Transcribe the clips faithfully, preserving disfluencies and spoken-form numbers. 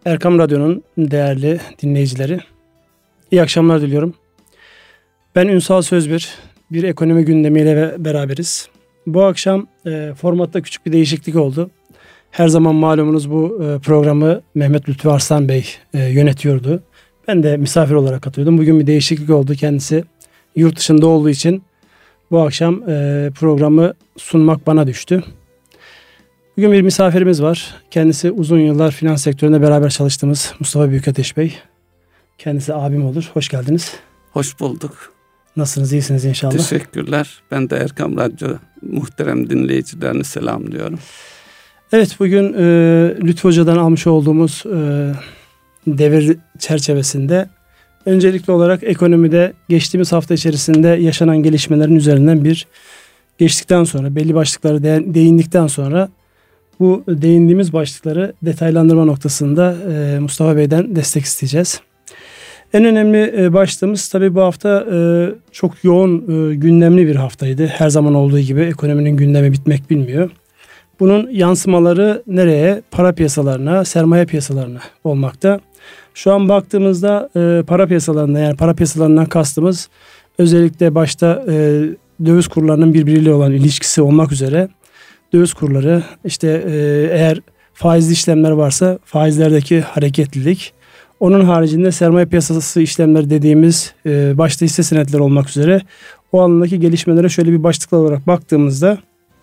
Erkam Radyo'nun değerli dinleyicileri, iyi akşamlar diliyorum. Ben Ünsal Sözbir, bir ekonomi gündemiyle beraberiz. Bu akşam e, formatta küçük bir değişiklik oldu. Her zaman malumunuz bu e, programı Mehmet Lütfü Arslan Bey e, yönetiyordu. Ben de misafir olarak katılıyordum. Bugün bir değişiklik oldu. Kendisi yurt dışında olduğu için bu akşam e, programı sunmak bana düştü. Bugün bir misafirimiz var. Kendisi uzun yıllar finans sektöründe beraber çalıştığımız Mustafa Büyükateş Bey. Kendisi abim olur. Hoş geldiniz. Hoş bulduk. Nasılsınız? İyisiniz inşallah. Teşekkürler. Ben de Erkam Radyo muhterem dinleyicilerini selamlıyorum. Evet, bugün e, Lütfü Hoca'dan almış olduğumuz e, devir çerçevesinde öncelikli olarak ekonomide geçtiğimiz hafta içerisinde yaşanan gelişmelerin üzerinden bir geçtikten sonra belli başlıkları de, değindikten sonra bu değindiğimiz başlıkları detaylandırma noktasında e, Mustafa Bey'den destek isteyeceğiz. En önemli e, başlığımız tabii bu hafta e, çok yoğun e, gündemli bir haftaydı. Her zaman olduğu gibi ekonominin gündemi bitmek bilmiyor. Bunun yansımaları nereye? Para piyasalarına, sermaye piyasalarına olmakta. Şu an baktığımızda e, para piyasalarında, yani para piyasalarından kastımız özellikle başta e, döviz kurlarının birbiriyle olan ilişkisi olmak üzere döviz kurları, işte e, eğer faizli işlemler varsa faizlerdeki hareketlilik, onun haricinde sermaye piyasası işlemleri dediğimiz e, başta hisse senetleri olmak üzere o alandaki gelişmelere şöyle bir başlıklı olarak baktığımızda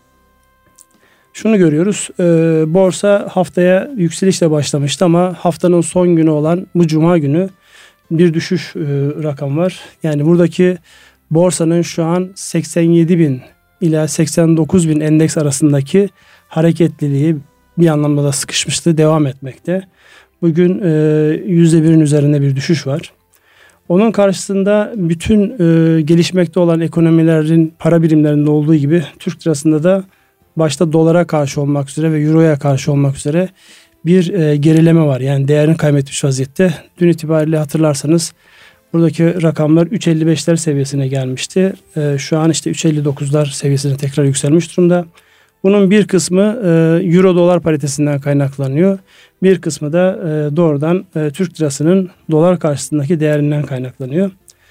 şunu görüyoruz. E, borsa haftaya yükselişle başlamıştı ama haftanın son günü olan bu cuma günü bir düşüş e, rakam var. Yani buradaki borsanın şu an seksen yedi bin ila seksen dokuz bin endeks arasındaki hareketliliği bir anlamda da sıkışmıştı, devam etmekte. Bugün e, yüzde birin üzerinde bir düşüş var. Onun karşısında bütün e, gelişmekte olan ekonomilerin para birimlerinde olduğu gibi Türk lirasında da başta dolara karşı olmak üzere ve euroya karşı olmak üzere bir e, gerileme var. Yani değerini kaybetmiş vaziyette. Dün itibariyle hatırlarsanız buradaki rakamlar üç elli beşler seviyesine gelmişti. E, şu an işte üç elli dokuzlar seviyesine tekrar yükselmiş durumda. Bunun bir kısmı e, euro dolar paritesinden kaynaklanıyor. Bir kısmı da e, doğrudan e, Türk lirasının dolar karşısındaki değerinden kaynaklanıyor.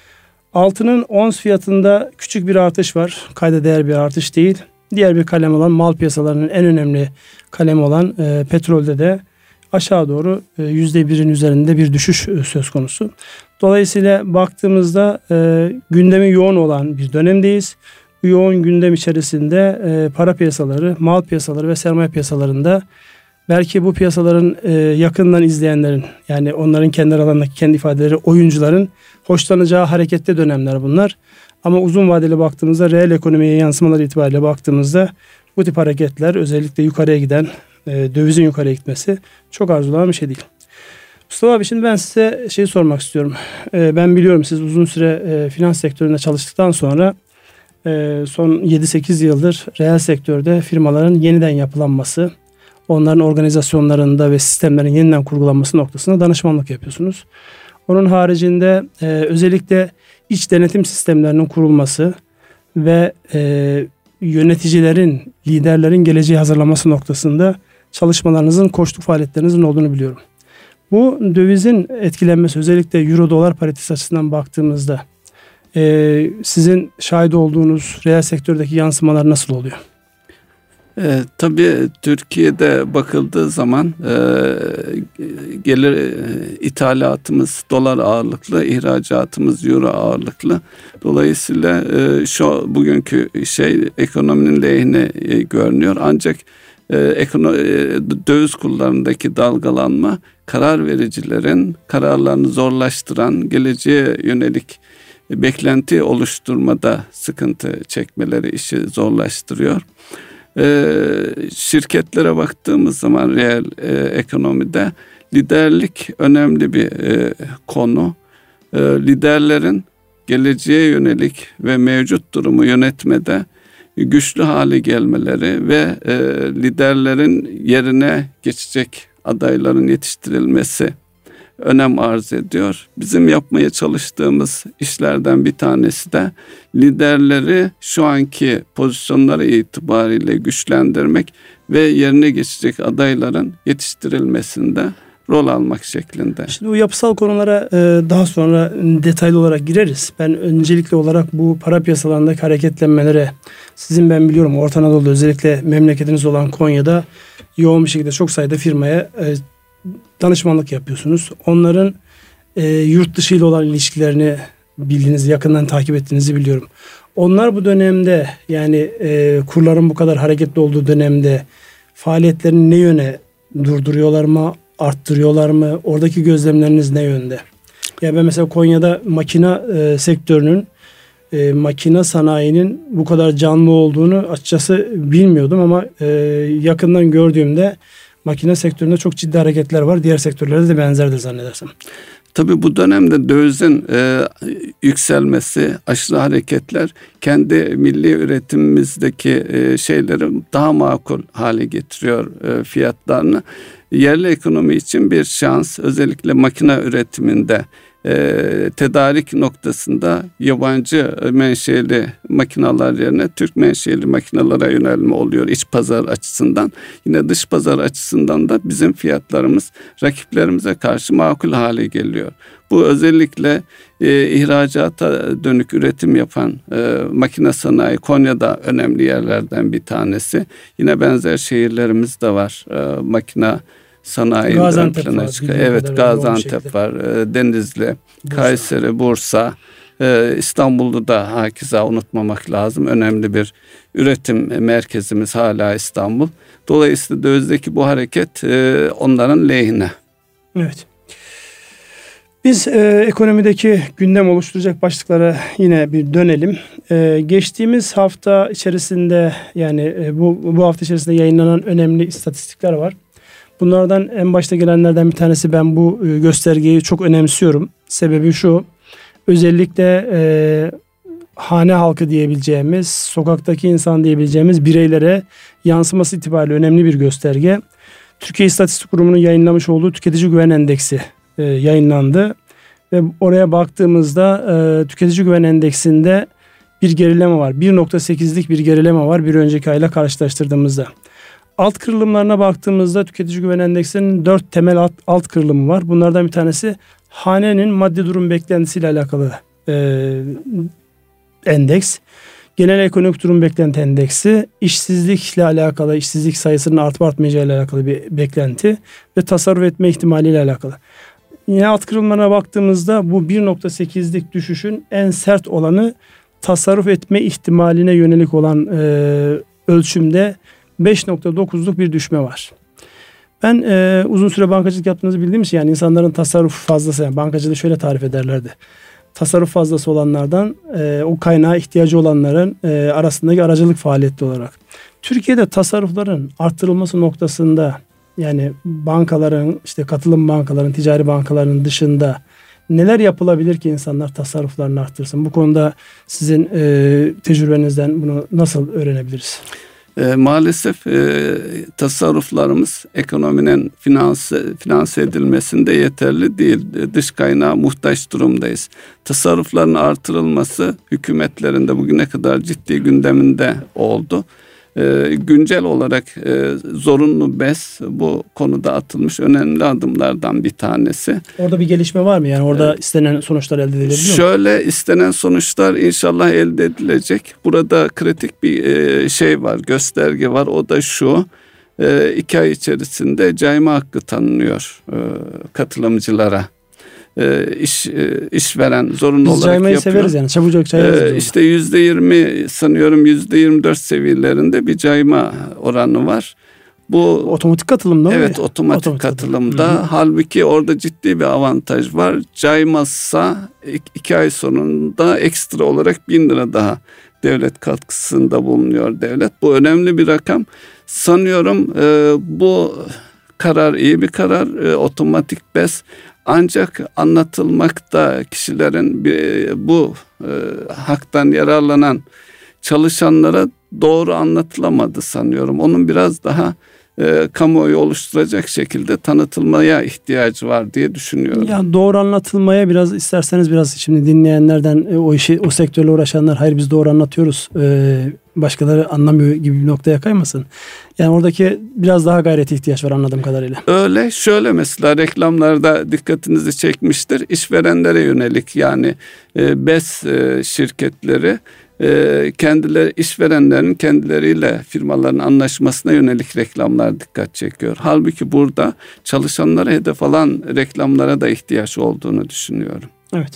Altının ons fiyatında küçük bir artış var. Kayda değer bir artış değil. Diğer bir kalem olan mal piyasalarının en önemli kalemi olan e, petrolde de aşağı doğru e, yüzde birin üzerinde bir düşüş e, söz konusu. Dolayısıyla baktığımızda e, gündemi yoğun olan bir dönemdeyiz. Bu yoğun gündem içerisinde e, para piyasaları, mal piyasaları ve sermaye piyasalarında belki bu piyasaların e, yakından izleyenlerin, yani onların kendi aralarındaki kendi ifadeleri, oyuncuların hoşlanacağı hareketli dönemler bunlar. Ama uzun vadeli baktığımızda, reel ekonomiye yansımaları itibariyle baktığımızda bu tip hareketler, özellikle yukarıya giden e, dövizin yukarıya gitmesi çok arzulanan bir şey değil. Mustafa abi, şimdi ben size şey sormak istiyorum. E, ben biliyorum siz uzun süre e, finans sektöründe çalıştıktan sonra e, son yedi sekiz yıldır reel sektörde firmaların yeniden yapılanması, onların organizasyonlarında ve sistemlerin yeniden kurgulanması noktasında danışmanlık yapıyorsunuz. Onun haricinde e, özellikle iç denetim sistemlerinin kurulması ve e, yöneticilerin, liderlerin geleceği hazırlaması noktasında çalışmalarınızın, koçluk faaliyetlerinizin olduğunu biliyorum. Bu dövizin etkilenmesi, özellikle euro dolar paritesi açısından baktığımızda e, sizin şahit olduğunuz reel sektördeki yansımalar nasıl oluyor? E, tabii Türkiye'de bakıldığı zaman e, gelir e, ithalatımız dolar ağırlıklı, ihracatımız euro ağırlıklı. Dolayısıyla e, şu bugünkü şey ekonominin lehine e, görünüyor. Ancak e, ekono, e, döviz kurlarındaki dalgalanma karar vericilerin kararlarını zorlaştıran, geleceğe yönelik beklenti oluşturmada sıkıntı çekmeleri işi zorlaştırıyor. Ee, şirketlere baktığımız zaman reel e, ekonomide liderlik önemli bir e, konu. E, liderlerin geleceğe yönelik ve mevcut durumu yönetmede güçlü hale gelmeleri ve e, liderlerin yerine geçecek adayların yetiştirilmesi önem arz ediyor. Bizim yapmaya çalıştığımız işlerden bir tanesi de liderleri şu anki pozisyonları itibariyle güçlendirmek ve yerine geçecek adayların yetiştirilmesinde rol almak şeklinde. Şimdi bu yapısal konulara e, daha sonra detaylı olarak gireriz. Ben öncelikli olarak bu para piyasalarındaki hareketlenmelere, sizin ben biliyorum Orta Anadolu'da özellikle memleketiniz olan Konya'da yoğun bir şekilde çok sayıda firmaya e, danışmanlık yapıyorsunuz. Onların e, yurt dışı ile olan ilişkilerini bildiğinizi, yakından takip ettiğinizi biliyorum. Onlar bu dönemde, yani e, kurların bu kadar hareketli olduğu dönemde faaliyetlerini ne yöne durduruyorlar mı, arttırıyorlar mı? Oradaki gözlemleriniz ne yönde? Ya ben mesela Konya'da makina e, sektörünün, e, makina sanayinin bu kadar canlı olduğunu açıkçası bilmiyordum ama e, yakından gördüğümde makine sektöründe çok ciddi hareketler var. Diğer sektörlerde de benzerdir zannedersem. Tabii bu dönemde dövizin e, yükselmesi, aşırı hareketler kendi milli üretimimizdeki e, şeyleri daha makul hale getiriyor e, fiyatlarını. Yerli ekonomi için bir şans, özellikle makine üretiminde e, tedarik noktasında yabancı menşeli makineler yerine Türk menşeli makinelere yönelme oluyor iç pazar açısından. Yine dış pazar açısından da bizim fiyatlarımız rakiplerimize karşı makul hale geliyor. Bu özellikle e, ihracata dönük üretim yapan e, makine sanayi Konya'da önemli yerlerden bir tanesi. Yine benzer şehirlerimiz de var. E, makine sanayi ön plana çıkıyor. Evet, Gaziantep var, e, Denizli, Bursa. Kayseri, Bursa, e, İstanbul'da da hakeza unutmamak lazım. Önemli bir üretim merkezimiz hala İstanbul. Dolayısıyla dövizdeki bu hareket e, onların lehine. Evet. Biz e, ekonomideki gündem oluşturacak başlıklara yine bir dönelim. E, geçtiğimiz hafta içerisinde, yani e, bu bu hafta içerisinde yayınlanan önemli istatistikler var. Bunlardan en başta gelenlerden bir tanesi, ben bu e, göstergeyi çok önemsiyorum. Sebebi şu: özellikle e, hane halkı diyebileceğimiz, sokaktaki insan diyebileceğimiz bireylere yansıması itibariyle önemli bir gösterge. Türkiye İstatistik Kurumu'nun yayınlamış olduğu Tüketici Güven Endeksi e, yayınlandı. Ve oraya baktığımızda e, Tüketici Güven Endeksinde bir gerileme var. bir nokta sekizlik bir gerileme var bir önceki ayla karşılaştırdığımızda. Alt kırılımlarına baktığımızda Tüketici Güven Endeksinin dört temel alt, alt kırılımı var. Bunlardan bir tanesi hanenin maddi durum beklentisiyle alakalı e, endeks. Genel ekonomik durum beklenti endeksi, işsizlikle alakalı, işsizlik sayısının artıp artmayacağı ile alakalı bir beklenti ve tasarruf etme ihtimaliyle alakalı. Yine alt kırılımlarına baktığımızda bu bir nokta sekizlik düşüşün en sert olanı tasarruf etme ihtimaline yönelik olan e, ölçümde beş nokta dokuzluk bir düşme var. Ben e, uzun süre bankacılık yaptığınızı bildiğim için, yani insanların tasarruf fazlası, yani bankacılığı şöyle tarif ederlerdi. Tasarruf fazlası olanlardan e, o kaynağa ihtiyacı olanların e, arasındaki aracılık faaliyeti olarak. Türkiye'de tasarrufların arttırılması noktasında, yani bankaların, işte katılım bankaların, ticari bankaların dışında neler yapılabilir ki insanlar tasarruflarını arttırsın? Bu konuda sizin e, tecrübenizden bunu nasıl öğrenebiliriz? E, maalesef e, tasarruflarımız ekonominin finanse, finanse edilmesinde yeterli değil. E, dış kaynağa muhtaç durumdayız. Tasarrufların artırılması hükümetlerin de bugüne kadar ciddi gündeminde oldu. E, güncel olarak e, zorunlu B E S bu konuda atılmış önemli adımlardan bir tanesi. Orada bir gelişme var mı? Yani orada e, istenen sonuçlar elde edilebiliyor mu? Şöyle, istenen sonuçlar inşallah elde edilecek. Burada kritik bir e, şey var, gösterge var. O da şu: e, iki ay içerisinde cayma hakkı tanınıyor e, katılımcılara. E, iş e, işveren zorunlu Biz olarak yapıyor. Biz caymayı severiz yani. Çabucak çayarız. E, işte yüzde yirmi sanıyorum yüzde yirmi dört seviyelerinde bir cayma oranı var. Bu otomatik katılımda mı? Evet, otomatik, otomatik katılımda. Katılım. Halbuki orada ciddi bir avantaj var. Caymazsa iki ay sonunda ekstra olarak bin lira daha devlet katkısında bulunuyor devlet. Bu önemli bir rakam. Sanıyorum e, bu karar iyi bir karar. E, otomatik B E S. Ancak anlatılmakta kişilerin bu e, haktan yararlanan çalışanlara doğru anlatılamadı sanıyorum. Onun biraz daha e, kamuoyu oluşturacak şekilde tanıtılmaya ihtiyacı var diye düşünüyorum. Yani doğru anlatılmaya biraz isterseniz biraz şimdi dinleyenlerden e, o işi o sektörle uğraşanlar hayır biz doğru anlatıyoruz e, başkaları anlamıyor gibi bir noktaya kaymasın. Yani oradaki biraz daha gayrete ihtiyaç var anladığım kadarıyla. Öyle şöyle mesela reklamlarda dikkatinizi çekmiştir. İşverenlere yönelik yani e, BES e, şirketleri e, kendileri işverenlerin kendileriyle firmaların anlaşmasına yönelik reklamlar dikkat çekiyor. Halbuki burada çalışanlara hedef alan reklamlara da ihtiyaç olduğunu düşünüyorum. Evet.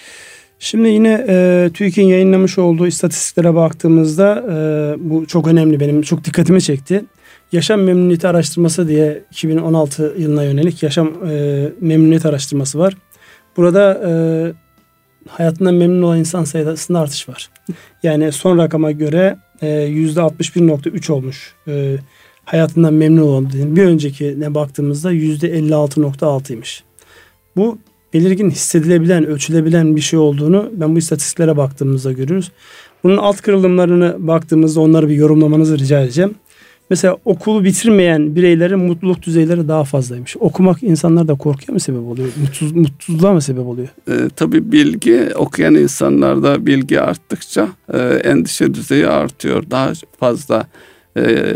Şimdi yine e, TÜİK'in yayınlamış olduğu istatistiklere baktığımızda e, bu çok önemli benim çok dikkatimi çekti. Yaşam memnuniyeti araştırması diye iki bin on altı yılına yönelik yaşam e, memnuniyet araştırması var. Burada e, hayatından memnun olan insan sayısında artış var. Yani son rakama göre e, yüzde altmış bir nokta üç olmuş e, hayatından memnun olan. Bir öncekine baktığımızda yüzde elli altı nokta altıymış. Bu belirgin hissedilebilen, ölçülebilen bir şey olduğunu ben bu istatistiklere baktığımızda görüyoruz. Bunun alt kırılımlarına baktığımızda onları bir yorumlamanızı rica edeceğim. Mesela okulu bitirmeyen bireylerin mutluluk düzeyleri daha fazlaymış. Okumak insanlarda korkuya mı sebep oluyor? Mutsuz, mutsuzluğa mı sebep oluyor? E, tabii bilgi okuyan insanlarda bilgi arttıkça e, endişe düzeyi artıyor. Daha fazla e,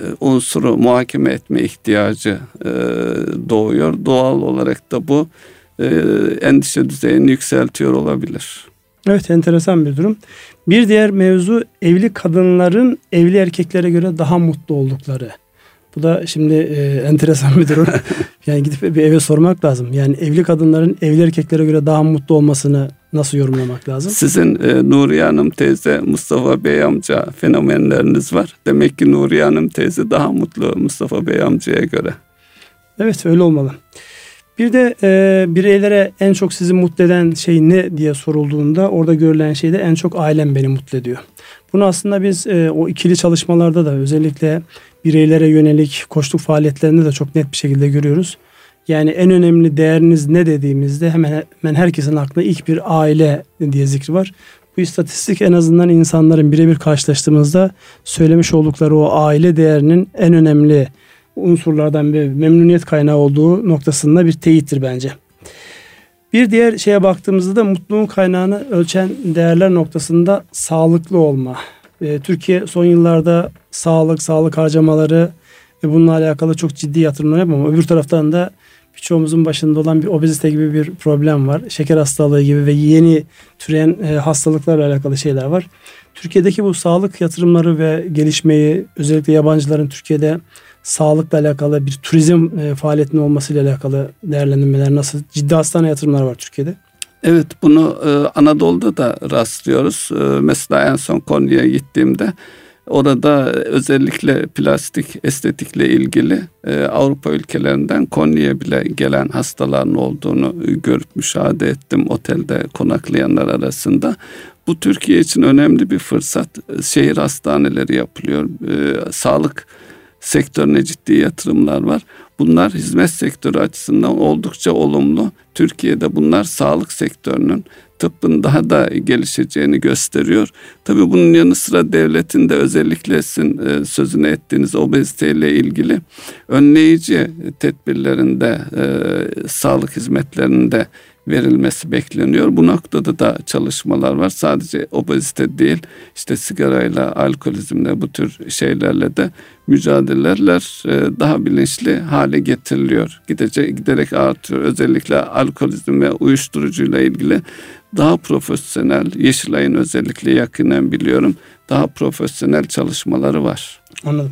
unsuru muhakeme etme ihtiyacı e, doğuyor. Doğal olarak da bu e, endişe düzeyini yükseltiyor olabilir. Evet, enteresan bir durum. Bir diğer mevzu evli kadınların evli erkeklere göre daha mutlu oldukları. Bu da şimdi e, enteresan bir durum. Yani gidip bir eve sormak lazım. Yani evli kadınların evli erkeklere göre daha mutlu olmasını nasıl yorumlamak lazım? Sizin e, Nuriye Hanım teyze, Mustafa Bey amca fenomenleriniz var. Demek ki Nuriye Hanım teyze daha mutlu Mustafa Bey amcaya göre. Evet, öyle olmalı. Bir de e, bireylere en çok sizi mutlu eden şey ne diye sorulduğunda orada görülen şey de en çok ailem beni mutlu ediyor. Bunu aslında biz e, o ikili çalışmalarda da özellikle bireylere yönelik koçluk faaliyetlerinde de çok net bir şekilde görüyoruz. Yani en önemli değeriniz ne dediğimizde hemen hemen herkesin aklına ilk bir aile diye zikri var. Bu istatistik en azından insanların birebir karşılaştığımızda söylemiş oldukları o aile değerinin en önemli unsurlardan bir memnuniyet kaynağı olduğu noktasında bir teyittir bence. Bir diğer şeye baktığımızda da mutluluğun kaynağını ölçen değerler noktasında sağlıklı olma. E, Türkiye son yıllarda sağlık, sağlık harcamaları ve bununla alakalı çok ciddi yatırımlar yapıyor ama öbür taraftan da birçoğumuzun başında olan bir obezite gibi bir problem var. Şeker hastalığı gibi ve yeni türeyen e, hastalıklarla alakalı şeyler var. Türkiye'deki bu sağlık yatırımları ve gelişmeyi özellikle yabancıların Türkiye'de sağlıkla alakalı bir turizm e, faaliyetinin olmasıyla alakalı değerlendirmeler nasıl? Ciddi hastane yatırımları var Türkiye'de. Evet, bunu e, Anadolu'da da rastlıyoruz. E, mesela en son Konya'ya gittiğimde orada özellikle plastik estetikle ilgili e, Avrupa ülkelerinden Konya'ya bile gelen hastaların olduğunu görüp müşahede ettim otelde konaklayanlar arasında. Bu Türkiye için önemli bir fırsat. Şehir hastaneleri yapılıyor. E, sağlık sektörüne ciddi yatırımlar var. Bunlar hizmet sektörü açısından oldukça olumlu. Türkiye'de bunlar sağlık sektörünün, tıbbın daha da gelişeceğini gösteriyor. Tabii bunun yanı sıra devletin de özellikle sizin e, sözünü ettiğiniz obeziteyle ilgili önleyici tedbirlerinde, e, sağlık hizmetlerinde verilmesi bekleniyor. Bu noktada da çalışmalar var. Sadece obezite değil, işte sigarayla, alkolizmle, bu tür şeylerle de mücadeleler daha bilinçli hale getiriliyor. Gidecek, giderek artıyor. Özellikle alkolizm ve uyuşturucuyla ilgili daha profesyonel, Yeşilay'ın özellikle yakinen biliyorum, daha profesyonel çalışmaları var. Anladım.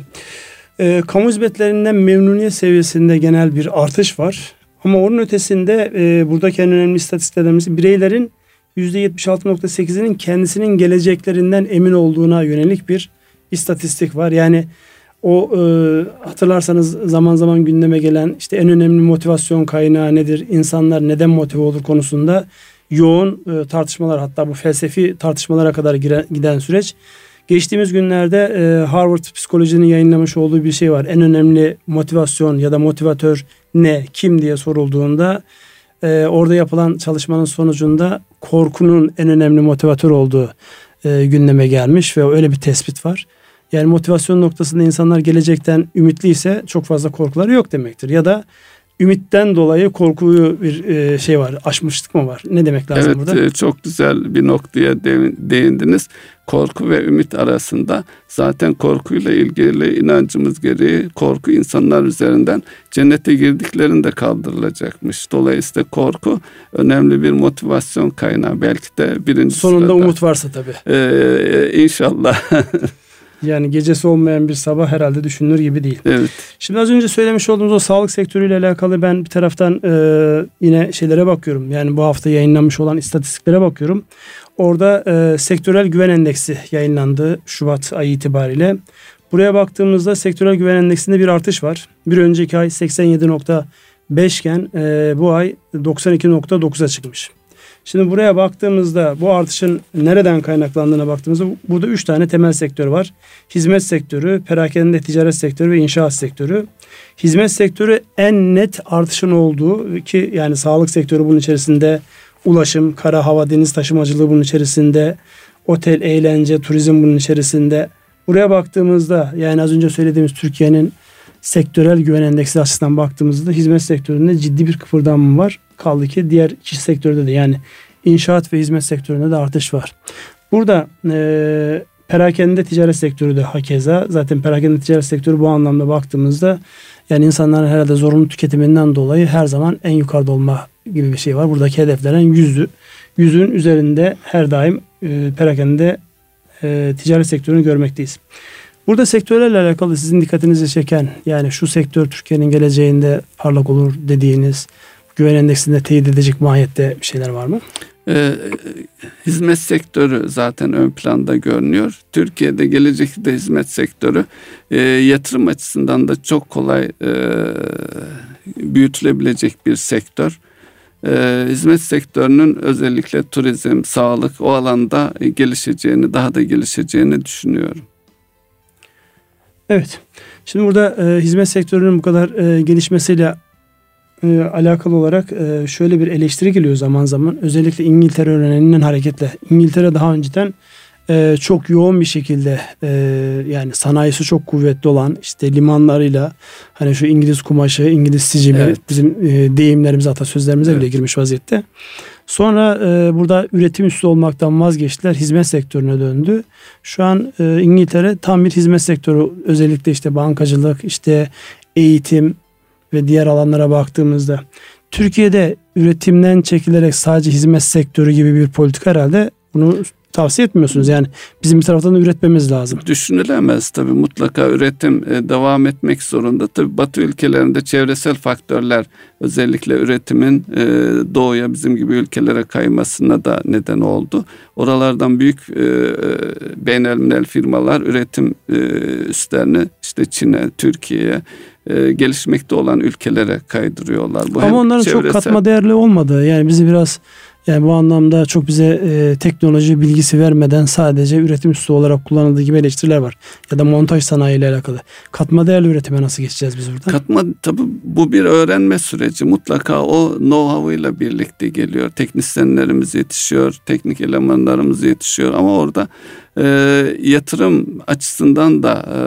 E, kamu hizmetlerinden memnuniyet seviyesinde genel bir artış var. Ama onun ötesinde e, buradaki en önemli istatistiklerimiz bireylerin yüzde yetmiş altı nokta sekizinin kendisinin geleceklerinden emin olduğuna yönelik bir istatistik var. Yani o e, hatırlarsanız zaman zaman gündeme gelen işte en önemli motivasyon kaynağı nedir? İnsanlar neden motive olur konusunda yoğun e, tartışmalar, hatta bu felsefi tartışmalara kadar giren, giden süreç. Geçtiğimiz günlerde e, Harvard Psikoloji'nin yayınlamış olduğu bir şey var. En önemli motivasyon ya da motivatör ne, kim diye sorulduğunda e, orada yapılan çalışmanın sonucunda korkunun en önemli motivatör olduğu e, gündeme gelmiş ve öyle bir tespit var. Yani motivasyon noktasında insanlar gelecekten ümitliyse çok fazla korkuları yok demektir. Ya da ümitten dolayı korkuyu bir e, şey var, aşmışlık mı var? Ne demek lazım evet, burada? Evet, çok güzel bir noktaya değindiniz. Korku ve ümit arasında zaten korkuyla ilgili inancımız gereği korku insanlar üzerinden cennete girdiklerinde kaldırılacakmış. Dolayısıyla korku önemli bir motivasyon kaynağı. Belki de birinci sonunda sırada. Umut varsa tabii. Ee, inşallah. Yani gecesi olmayan bir sabah herhalde düşünülür gibi değil. Evet. Şimdi az önce söylemiş olduğumuz o sağlık sektörüyle alakalı ben bir taraftan e, yine şeylere bakıyorum. Yani bu hafta yayınlanmış olan istatistiklere bakıyorum. Orada e, sektörel güven endeksi yayınlandı Şubat ayı itibariyle. Buraya baktığımızda sektörel güven endeksinde bir artış var. Bir önceki ay seksen yedi nokta beş iken e, bu ay doksan iki nokta dokuza çıkmış. Şimdi buraya baktığımızda bu artışın nereden kaynaklandığına baktığımızda burada üç tane temel sektör var. Hizmet sektörü, perakende ticaret sektörü ve inşaat sektörü. Hizmet sektörü en net artışın olduğu ki yani sağlık sektörü bunun içerisinde, ulaşım, kara, hava, deniz taşımacılığı bunun içerisinde, otel, eğlence, turizm bunun içerisinde. Buraya baktığımızda yani az önce söylediğimiz Türkiye'nin sektörel güven endeksi açısından baktığımızda hizmet sektöründe ciddi bir kıpırdanma var. Kaldı ki diğer iki sektörde de yani inşaat ve hizmet sektöründe de artış var. Burada e, perakende ticaret sektörü de hakeza. Zaten perakende ticaret sektörü bu anlamda baktığımızda yani insanların herhalde zorunlu tüketiminden dolayı her zaman en yukarıda olma gibi bir şey var. Buradaki hedeflerin yüzü. Yüzün üzerinde her daim e, perakende e, ticaret sektörünü görmekteyiz. Burada sektörlerle alakalı sizin dikkatinizi çeken yani şu sektör Türkiye'nin geleceğinde parlak olur dediğiniz güven endeksinde teyit edecek mahiyette bir şeyler var mı? Ee, hizmet sektörü zaten ön planda görünüyor. Türkiye'de gelecekte hizmet sektörü e, yatırım açısından da çok kolay e, büyütülebilecek bir sektör. E, hizmet sektörünün özellikle turizm, sağlık o alanda gelişeceğini, daha da gelişeceğini düşünüyorum. Evet. Şimdi burada e, hizmet sektörünün bu kadar e, gelişmesiyle e, alakalı olarak e, şöyle bir eleştiri geliyor zaman zaman. Özellikle İngiltere örneğinden hareketle. İngiltere daha önceden e, çok yoğun bir şekilde e, yani sanayisi çok kuvvetli olan işte limanlarıyla hani şu İngiliz kumaşı, İngiliz sicimi evet. bizim e, deyimlerimize, atasözlerimize evet. bile girmiş vaziyette. Sonra e, burada üretim üssü olmaktan vazgeçtiler. Hizmet sektörüne döndü. Şu an e, İngiltere tam bir hizmet sektörü. Özellikle işte bankacılık, işte eğitim ve diğer alanlara baktığımızda. Türkiye'de üretimden çekilerek sadece hizmet sektörü gibi bir politika herhalde bunu tavsiye etmiyorsunuz. Yani bizim bir taraftan da üretmemiz lazım. Düşünülemez tabii, mutlaka üretim devam etmek zorunda. Tabii Batı ülkelerinde çevresel faktörler özellikle üretimin doğuya bizim gibi ülkelere kaymasına da neden oldu. Oralardan büyük beynelminel firmalar üretim üslerini işte Çin'e, Türkiye'ye, gelişmekte olan ülkelere kaydırıyorlar. Bu ama onların çevresel... çok katma değerli olmadığı yani bizi biraz yani bu anlamda çok bize e, teknoloji bilgisi vermeden sadece üretim üssü olarak kullanıldığı gibi eleştiriler var. Ya da montaj sanayi ile alakalı. Katma değerli üretime nasıl geçeceğiz biz buradan? Katma tabii bu bir öğrenme süreci. Mutlaka o know-how'ıyla birlikte geliyor. Teknisyenlerimiz yetişiyor, teknik elemanlarımız yetişiyor ama orada e, yatırım açısından da e,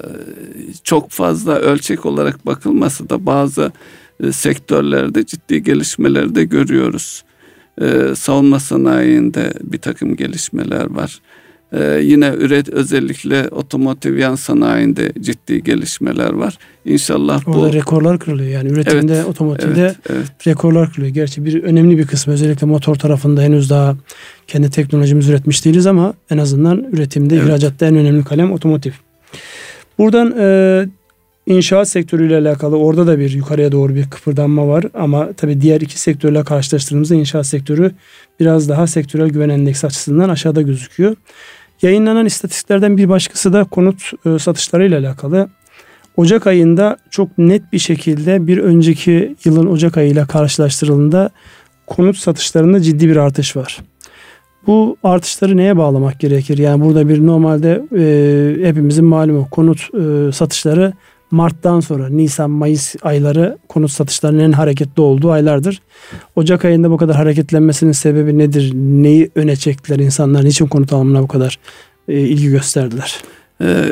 çok fazla ölçek olarak bakılmasa da bazı e, sektörlerde ciddi gelişmeler de görüyoruz. Ee, savunma sanayinde bir takım gelişmeler var. Ee, yine üret özellikle otomotiv yan sanayinde ciddi gelişmeler var. İnşallah bu... Orada rekorlar kırılıyor. Yani üretimde, evet, otomotivde evet, evet. rekorlar kırılıyor. Gerçi bir önemli bir kısmı özellikle motor tarafında henüz daha kendi teknolojimizi üretmiş değiliz ama en azından üretimde, evet. ihracatta en önemli kalem otomotiv. Buradan e, İnşaat sektörüyle alakalı orada da bir yukarıya doğru bir kıpırdanma var. Ama tabii diğer iki sektörle karşılaştırdığımızda inşaat sektörü biraz daha sektörel güven endeksi açısından aşağıda gözüküyor. Yayınlanan istatistiklerden bir başkası da konut e, satışlarıyla alakalı. Ocak ayında çok net bir şekilde bir önceki yılın Ocak ayıyla karşılaştırıldığında konut satışlarında ciddi bir artış var. Bu artışları neye bağlamak gerekir? Yani burada bir normalde e, hepimizin malumu konut e, satışları Mart'tan sonra Nisan, Mayıs ayları konut satışlarının en hareketli olduğu aylardır. Ocak ayında bu kadar hareketlenmesinin sebebi nedir? Neyi öne çektiler insanlar? Niçin konut alımına bu kadar e, ilgi gösterdiler? E,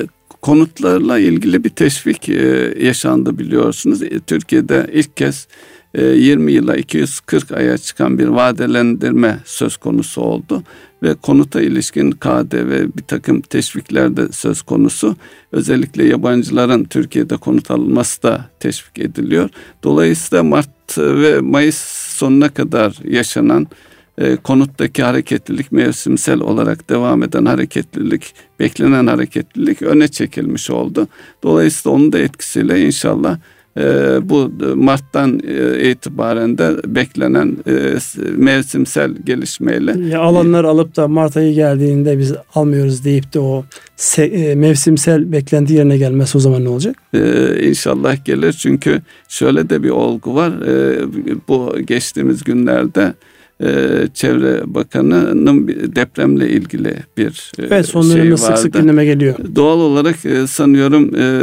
konutlarla ilgili bir teşvik e, yaşandı biliyorsunuz. E, Türkiye'de ilk kez e, yirmi yıla iki yüz kırk aya çıkan bir vadelendirme söz konusu oldu. Ve konuta ilişkin K D V bir takım teşvikler de söz konusu. Özellikle yabancıların Türkiye'de konut alınması da teşvik ediliyor. Dolayısıyla Mart ve Mayıs sonuna kadar yaşanan e, konuttaki hareketlilik, mevsimsel olarak devam eden hareketlilik, beklenen hareketlilik öne çekilmiş oldu. Dolayısıyla onun da etkisiyle inşallah Ee, bu Mart'tan e, itibaren de beklenen e, mevsimsel gelişmeyle. Ya alanlar alıp da Mart ayı geldiğinde biz almıyoruz deyip de o se, e, mevsimsel beklenti yerine gelmesi o zaman ne olacak? Ee, İnşallah gelir, çünkü şöyle de bir olgu var. Ee, bu geçtiğimiz günlerde Ee, Çevre Bakanı'nın depremle ilgili bir evet, son şey dönemde vardı. sık sık gündeme geliyor. Doğal olarak e, sanıyorum e,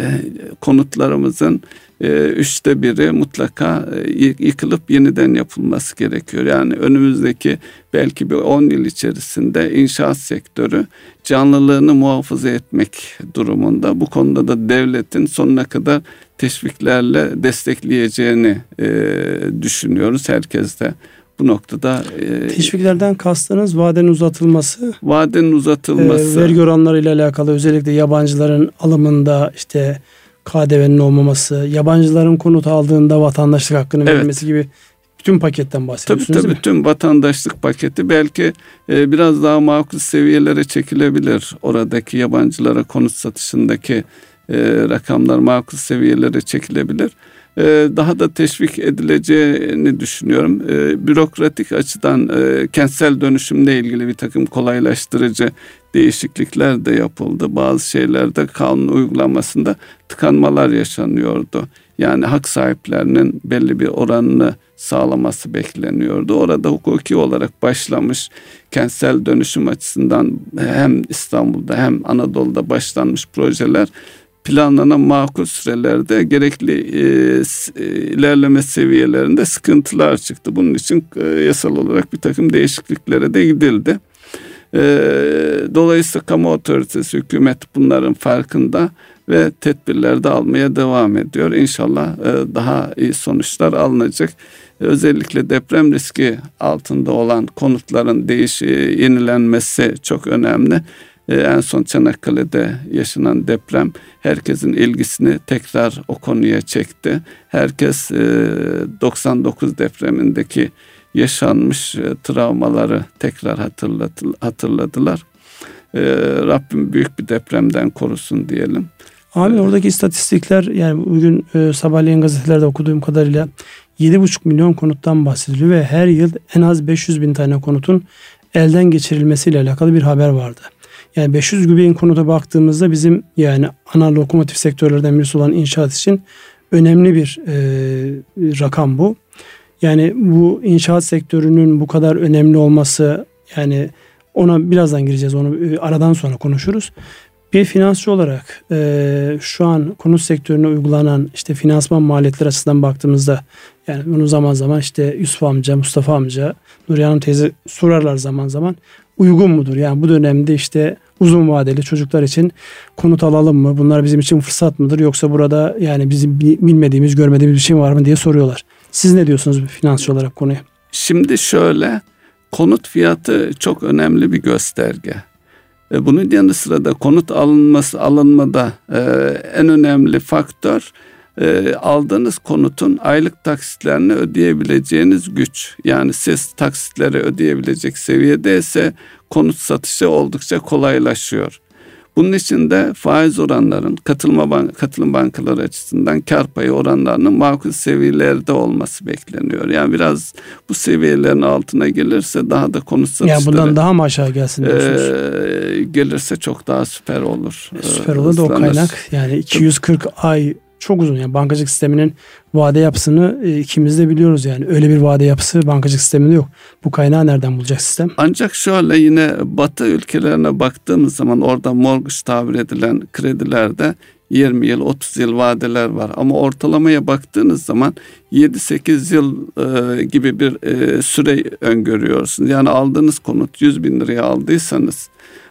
konutlarımızın e, üçte biri mutlaka e, yıkılıp yeniden yapılması gerekiyor. Yani önümüzdeki belki bir on yıl içerisinde inşaat sektörü canlılığını muhafaza etmek durumunda. Bu konuda da devletin sonuna kadar teşviklerle destekleyeceğini e, düşünüyoruz. Herkes de bu noktada e, teşviklerden kastınız vadenin uzatılması, vadenin uzatılması, e, vergi oranlarıyla alakalı, özellikle yabancıların alımında işte K D V'nin olmaması, yabancıların konut aldığında vatandaşlık hakkını evet. verilmesi gibi bütün paketten bahsediyorsunuz. Tabii tabii, tüm vatandaşlık paketi belki e, biraz daha makul seviyelere çekilebilir. Oradaki yabancılara konut satışındaki e, rakamlar makul seviyelere çekilebilir. Daha da teşvik edileceğini düşünüyorum. Bürokratik açıdan kentsel dönüşümle ilgili bir takım kolaylaştırıcı değişiklikler de yapıldı. Bazı şeylerde kanun uygulamasında tıkanmalar yaşanıyordu. Yani hak sahiplerinin belli bir oranını sağlaması bekleniyordu. Orada hukuki olarak başlamış kentsel dönüşüm açısından hem İstanbul'da hem Anadolu'da başlanmış projeler planlanan makul sürelerde gerekli e, ilerleme seviyelerinde sıkıntılar çıktı. Bunun için e, yasal olarak bir takım değişikliklere de gidildi. E, dolayısıyla kamu otoritesi, hükümet bunların farkında ve tedbirler de almaya devam ediyor. İnşallah e, daha iyi sonuçlar alınacak. Özellikle deprem riski altında olan konutların değiş, yenilenmesi çok önemli. En son Çanakkale'de yaşanan deprem herkesin ilgisini tekrar o konuya çekti. Herkes doksan dokuz depremindeki yaşanmış travmaları tekrar hatırladılar. Rabbim büyük bir depremden korusun diyelim. Abi oradaki istatistikler, yani bugün sabahleyin gazetelerde okuduğum kadarıyla yedi buçuk milyon konuttan bahsediliyor ve her yıl en az beş yüz bin tane konutun elden geçirilmesiyle alakalı bir haber vardı. Yani beş yüz bin konuta baktığımızda bizim yani ana lokomotif sektörlerden birisi olan inşaat için önemli bir e, rakam bu. Yani bu inşaat sektörünün bu kadar önemli olması, yani ona birazdan gireceğiz, onu e, aradan sonra konuşuruz. Bir finansçı olarak e, şu an konut sektörüne uygulanan işte finansman maliyetleri açısından baktığımızda, yani bunu zaman zaman işte Yusuf amca, Mustafa amca, Nuriye Hanım teyze sorarlar zaman zaman, uygun mudur? Yani bu dönemde işte uzun vadeli çocuklar için konut alalım mı? Bunlar bizim için fırsat mıdır? Yoksa burada yani bizim bilmediğimiz, görmediğimiz bir şey var mı diye soruyorlar. Siz ne diyorsunuz finansçı olarak konuya? Şimdi şöyle, konut fiyatı çok önemli bir gösterge. Bunun yanı sıra da konut alınması alınmada e, en önemli faktör e, aldığınız konutun aylık taksitlerini ödeyebileceğiniz güç. Yani siz taksitleri ödeyebilecek seviyedeyse konut satışı oldukça kolaylaşıyor. Bunun için de faiz oranların katılma bank, katılım bankaları açısından kar payı oranlarının makul seviyelerde olması bekleniyor. Yani biraz bu seviyelerin altına gelirse daha da konut satışları... Yani bundan daha mı aşağı gelsin diyorsunuz? E, gelirse çok daha süper olur. E, süper olur da o kaynak yani iki yüz kırk ay çok uzun. Yani bankacılık sisteminin vade yapısını e, ikimiz de biliyoruz yani. Öyle bir vade yapısı bankacılık sisteminde yok. Bu kaynağı nereden bulacak sistem? Ancak şöyle, yine Batı ülkelerine baktığımız zaman orada mortgage tabir edilen kredilerde yirmi yıl, otuz yıl vadeler var. Ama ortalamaya baktığınız zaman yedi sekiz yıl e, gibi bir e, süre öngörüyorsunuz. Yani aldığınız konut yüz bin liraya aldıysanız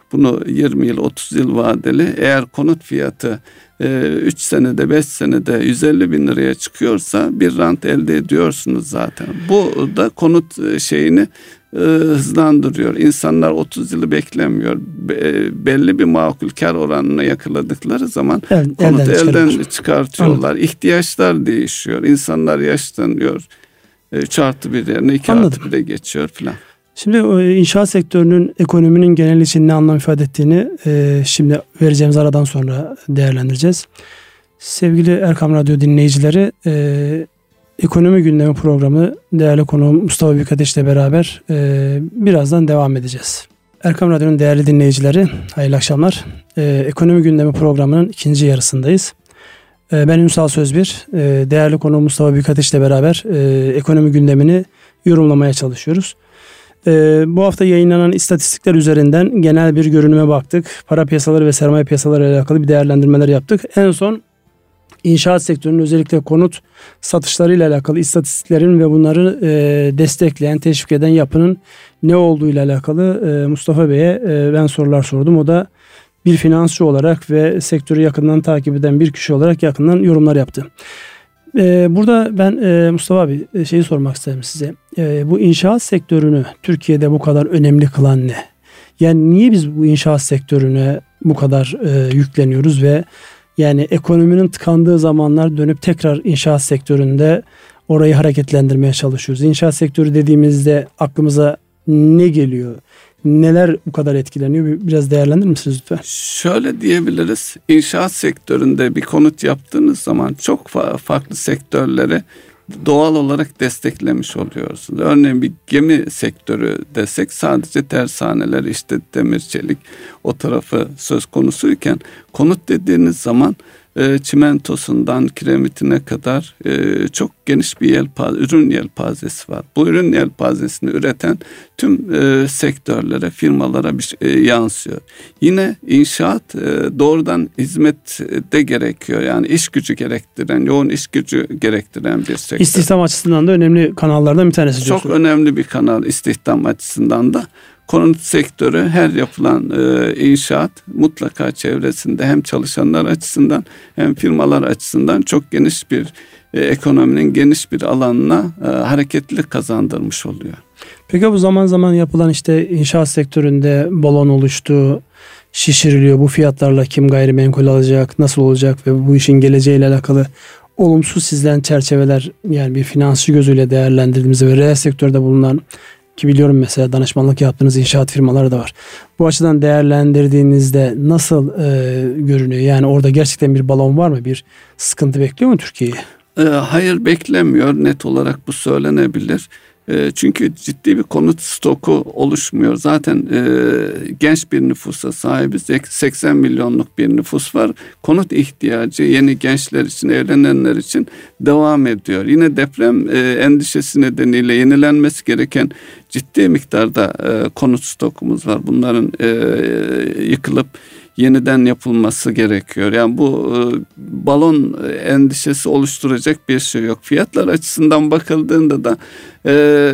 bunu yirmi yıl otuz yıl vadeli, eğer konut fiyatı üç senede beş senede yüz elli bin liraya çıkıyorsa bir rant elde ediyorsunuz zaten. Bu da konut şeyini e, hızlandırıyor. İnsanlar otuz yılı beklemiyor. Be, belli bir makul kar oranına yakaladıkları zaman El, konutu elden, elden çıkartıyorlar. Anladım. İhtiyaçlar değişiyor. İnsanlar yaşlanıyor. üç artı bir yerine iki artı bire geçiyor filan. Şimdi inşaat sektörünün ekonominin genel için ne anlam ifade ettiğini e, şimdi vereceğimiz aradan sonra değerlendireceğiz. Sevgili Erkam Radyo dinleyicileri, e, ekonomi gündemi programı değerli konuğum Mustafa Büyükateş ile beraber e, birazdan devam edeceğiz. Erkam Radyo'nun değerli dinleyicileri, hayırlı akşamlar. E, ekonomi gündemi programının ikinci yarısındayız. E, ben Ünsal Sözbir, e, değerli konuğum Mustafa Büyükateş ile beraber e, ekonomi gündemini yorumlamaya çalışıyoruz. Ee, bu hafta yayınlanan istatistikler üzerinden genel bir görünüme baktık. Para piyasaları ve sermaye piyasaları ile alakalı bir değerlendirmeler yaptık. En son inşaat sektörünün özellikle konut satışları ile alakalı istatistiklerin ve bunları e, destekleyen, teşvik eden yapının ne olduğu ile alakalı e, Mustafa Bey'e e, ben sorular sordum. O da bir finansçı olarak ve sektörü yakından takip eden bir kişi olarak yakından yorumlar yaptı. Burada ben Mustafa abi şeyi sormak isterim size. Bu inşaat sektörünü Türkiye'de bu kadar önemli kılan ne? Yani niye biz bu inşaat sektörüne bu kadar yükleniyoruz ve yani ekonominin tıkandığı zamanlar dönüp tekrar inşaat sektöründe orayı hareketlendirmeye çalışıyoruz. İnşaat sektörü dediğimizde aklımıza ne geliyor? Neler bu kadar etkileniyor? Biraz değerlendirir misiniz lütfen? Şöyle diyebiliriz. İnşaat sektöründe bir konut yaptığınız zaman çok fa- farklı sektörleri doğal olarak desteklemiş oluyorsunuz. Örneğin bir gemi sektörü desek sadece tersaneler, işte demir, çelik o tarafı söz konusuyken konut dediğiniz zaman e, çimentosundan kiremitine kadar e, çok geniş bir yelpaze, ürün yelpazesi var. Bu ürün yelpazesini üreten tüm e, sektörlere, firmalara bir, e, yansıyor. Yine inşaat e, doğrudan hizmet de gerekiyor. Yani iş gücü gerektiren, yoğun iş gücü gerektiren bir sektör. İstihdam açısından da önemli kanallardan bir tanesi. Çok diyorsun. Önemli bir kanal istihdam açısından da. Konut sektörü, her yapılan e, inşaat mutlaka çevresinde hem çalışanlar açısından hem firmalar açısından çok geniş bir e, ekonominin geniş bir alanına e, hareketlilik kazandırmış oluyor. Peki bu zaman zaman yapılan işte inşaat sektöründe balon oluştu, şişiriliyor. Bu fiyatlarla kim gayrimenkul alacak, nasıl olacak ve bu işin geleceğiyle alakalı olumsuz sizden çerçeveler, yani bir finansçı gözüyle değerlendirdiğimizde ve reel sektörde bulunan, ki biliyorum mesela danışmanlık yaptığınız inşaat firmaları da var. Bu açıdan değerlendirdiğinizde nasıl e, görünüyor? Yani orada gerçekten bir balon var mı? Bir sıkıntı bekliyor mu Türkiye'yi? E, hayır, beklemiyor. Net olarak bu söylenebilir. E, çünkü ciddi bir konut stoku oluşmuyor. Zaten e, genç bir nüfusa sahibiz. seksen milyonluk bir nüfus var. Konut ihtiyacı yeni gençler için, evlenenler için devam ediyor. Yine deprem e, endişesi nedeniyle yenilenmesi gereken ciddi miktarda e, konut stokumuz var. Bunların e, yıkılıp yeniden yapılması gerekiyor. Yani bu e, balon endişesi oluşturacak bir şey yok. Fiyatlar açısından bakıldığında da e,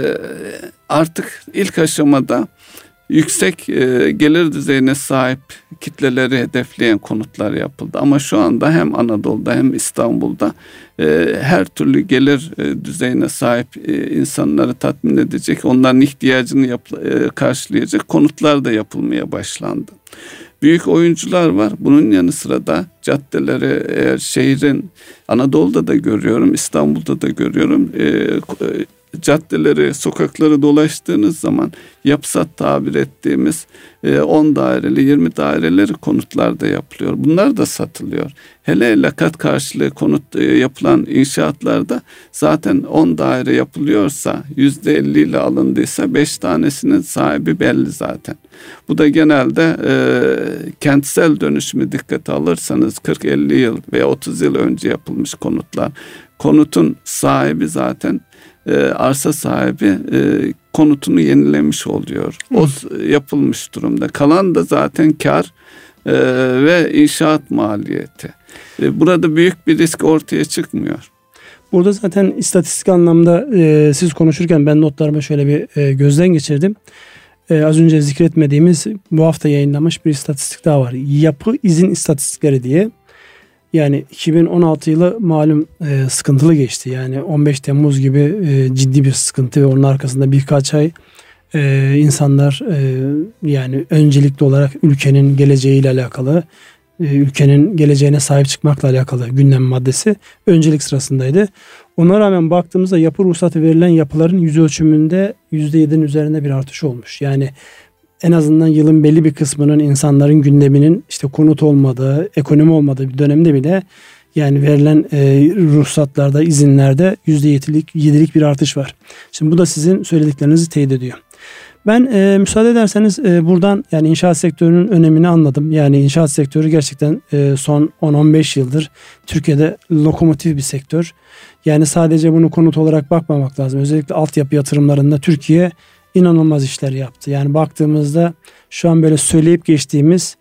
artık ilk aşamada yüksek e, gelir düzeyine sahip kitleleri hedefleyen konutlar yapıldı. Ama şu anda hem Anadolu'da hem İstanbul'da e, her türlü gelir e, düzeyine sahip e, insanları tatmin edecek, onların ihtiyacını yap, e, karşılayacak konutlar da yapılmaya başlandı. Büyük oyuncular var. Bunun yanı sıra da caddeleri, eğer şehrin, Anadolu'da da görüyorum, İstanbul'da da görüyorum. E, caddeleri, sokakları dolaştığınız zaman yapısat tabir ettiğimiz on daireli, yirmi daireleri konutlarda yapılıyor. Bunlar da satılıyor. Hele lakat karşılığı konut yapılan inşaatlarda zaten on daire yapılıyorsa, yüzde elli ile alındıysa beş tanesinin sahibi belli zaten. Bu da genelde e, kentsel dönüşümü dikkate alırsanız kırk elli yıl veya otuz yıl önce yapılmış konutlar. Konutun sahibi zaten e, arsa sahibi e, konutunu yenilemiş oluyor. Hı. O yapılmış durumda. Kalan da zaten kar e, ve inşaat maliyeti. E, burada büyük bir risk ortaya çıkmıyor. Burada zaten istatistik anlamda e, siz konuşurken ben notlarıma şöyle bir e, gözden geçirdim. Ee, az önce zikretmediğimiz bu hafta yayınlanmış bir istatistik daha var. Yapı izin istatistikleri diye. Yani iki bin on altı yılı malum e, sıkıntılı geçti. Yani on beş Temmuz gibi e, ciddi bir sıkıntı ve onun arkasında birkaç ay e, insanlar e, yani öncelikli olarak ülkenin geleceğiyle alakalı, e, ülkenin geleceğine sahip çıkmakla alakalı gündem maddesi öncelik sırasındaydı. Ona rağmen baktığımızda yapı ruhsatı verilen yapıların yüz ölçümünde yüzde yedi'nin üzerinde bir artış olmuş. Yani en azından yılın belli bir kısmının insanların gündeminin işte konut olmadığı, ekonomi olmadığı bir dönemde bile yani verilen e, ruhsatlarda, izinlerde yüzde yedi'lik bir artış var. Şimdi bu da sizin söylediklerinizi teyit ediyor. Ben e, müsaade ederseniz e, buradan yani inşaat sektörünün önemini anladım. Yani inşaat sektörü gerçekten e, son on on beş yıldır Türkiye'de lokomotif bir sektör. Yani sadece bunu konut olarak bakmamak lazım. Özellikle altyapı yatırımlarında Türkiye inanılmaz işler yaptı. Yani baktığımızda şu an böyle söyleyip geçtiğimiz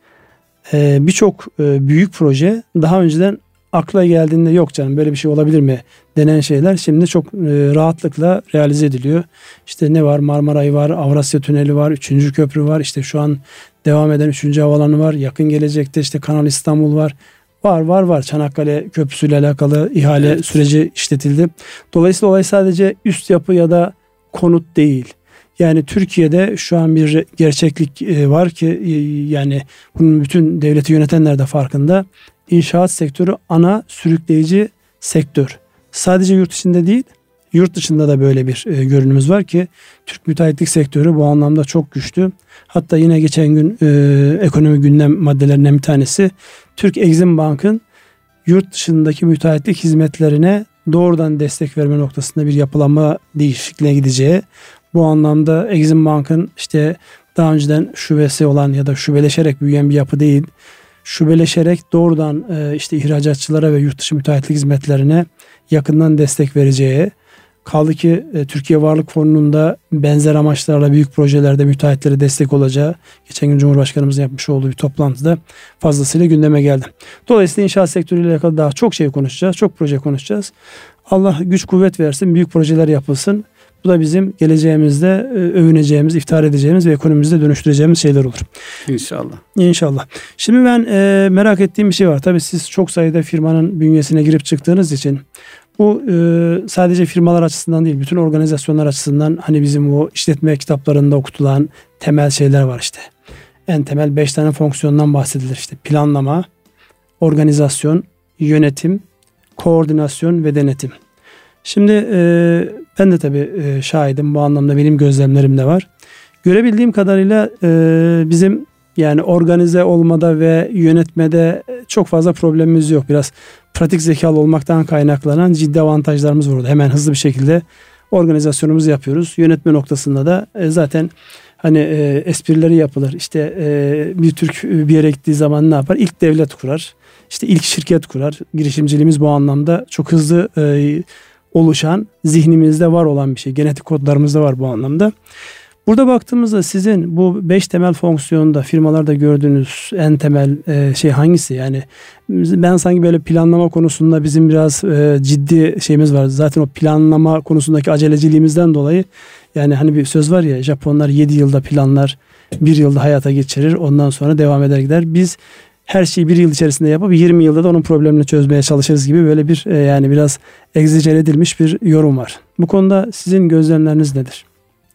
e, birçok e, büyük proje daha önceden akla geldiğinde yok canım böyle bir şey olabilir mi denen şeyler şimdi çok e, rahatlıkla realize ediliyor. İşte ne var? Marmaray var, Avrasya Tüneli var, üçüncü köprü var. İşte şu an devam eden üçüncü havalanı var. Yakın gelecekte işte Kanal İstanbul var. Var var var. Çanakkale Köprüsü ile alakalı ihale evet. süreci işletildi. Dolayısıyla olay sadece üst yapı ya da konut değil. Yani Türkiye'de şu an bir gerçeklik var ki yani bunun bütün devleti yönetenler de farkında. İnşaat sektörü ana sürükleyici sektör. Sadece yurt içinde değil, yurt dışında da böyle bir e, görünümüz var ki Türk müteahhitlik sektörü bu anlamda çok güçlü. Hatta yine geçen gün e, ekonomi gündem maddelerinden bir tanesi Türk Exim Bank'ın yurt dışındaki müteahhitlik hizmetlerine doğrudan destek verme noktasında bir yapılanma değişikliğine gideceği. Bu anlamda Exim Bank'ın işte daha önceden şubesi olan ya da şubeleşerek büyüyen bir yapı değil, şubeleşerek doğrudan işte ihracatçılara ve yurt dışı müteahhitlik hizmetlerine yakından destek vereceği, kaldı ki Türkiye Varlık Fonu'nun da benzer amaçlarla büyük projelerde müteahhitlere destek olacağı geçen gün Cumhurbaşkanımızın yapmış olduğu bir toplantıda fazlasıyla gündeme geldi. Dolayısıyla inşaat sektörüyle alakalı daha çok şey konuşacağız, çok proje konuşacağız. Allah güç kuvvet versin, büyük projeler yapılsın. Bu da bizim geleceğimizde övüneceğimiz, iftihar edeceğimiz ve ekonomimizde dönüştüreceğimiz şeyler olur. İnşallah. İnşallah. Şimdi ben e, merak ettiğim bir şey var. Tabii siz çok sayıda firmanın bünyesine girip çıktığınız için bu e, sadece firmalar açısından değil, bütün organizasyonlar açısından hani bizim o işletme kitaplarında okutulan temel şeyler var işte. En temel beş tane fonksiyondan bahsedilir işte. Planlama, organizasyon, yönetim, koordinasyon ve denetim. Şimdi e, ben de tabii e, şahidim, bu anlamda benim gözlemlerim de var. Görebildiğim kadarıyla e, bizim yani organize olmada ve yönetmede çok fazla problemimiz yok. Biraz pratik zekalı olmaktan kaynaklanan ciddi avantajlarımız var orada. Hemen hızlı bir şekilde organizasyonumuzu yapıyoruz. Yönetme noktasında da e, zaten hani e, esprileri yapılır. İşte e, bir Türk bir yere gittiği zaman ne yapar? İlk devlet kurar. İşte ilk şirket kurar. Girişimciliğimiz bu anlamda çok hızlı e, oluşan, zihnimizde var olan bir şey. Genetik kodlarımızda var bu anlamda. Burada baktığımızda sizin bu beş temel fonksiyonda firmalarda gördüğünüz en temel e, şey hangisi? Yani ben sanki böyle planlama konusunda bizim biraz e, ciddi şeyimiz var. Zaten o planlama konusundaki aceleciliğimizden dolayı yani hani bir söz var ya, Japonlar yedi yılda planlar, bir yılda hayata geçirir, ondan sonra devam eder gider. Biz her şeyi bir yıl içerisinde yapıp yirmi yılda da onun problemini çözmeye çalışırız gibi böyle bir e, yani biraz egzajere edilmiş bir yorum var. Bu konuda sizin gözlemleriniz nedir?